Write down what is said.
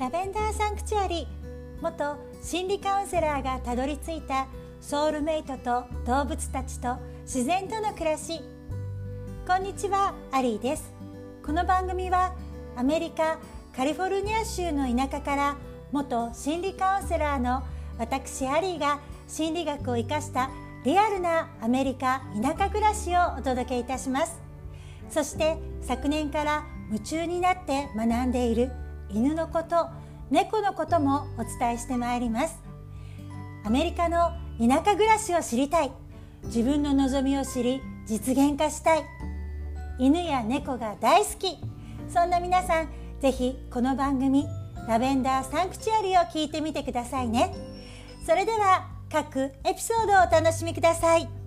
ラベンダーサンクチュアリ、元心理カウンセラーがたどり着いたソウルメイトと動物たちと自然との暮らし。こんにちは、アリーです。この番組はアメリカカリフォルニア州の田舎から元心理カウンセラーの私アリーが心理学を生かしたリアルなアメリカ田舎暮らしをお届けいたします。そして昨年から夢中になって学んでいる犬のこと、猫のこともお伝えしてまいります。アメリカの田舎暮らしを知りたい、自分の望みを知り実現化したい、犬や猫が大好き、そんな皆さん、ぜひこの番組ラベンダーサンクチュアリを聞いてみてくださいね。それでは各エピソードをお楽しみください。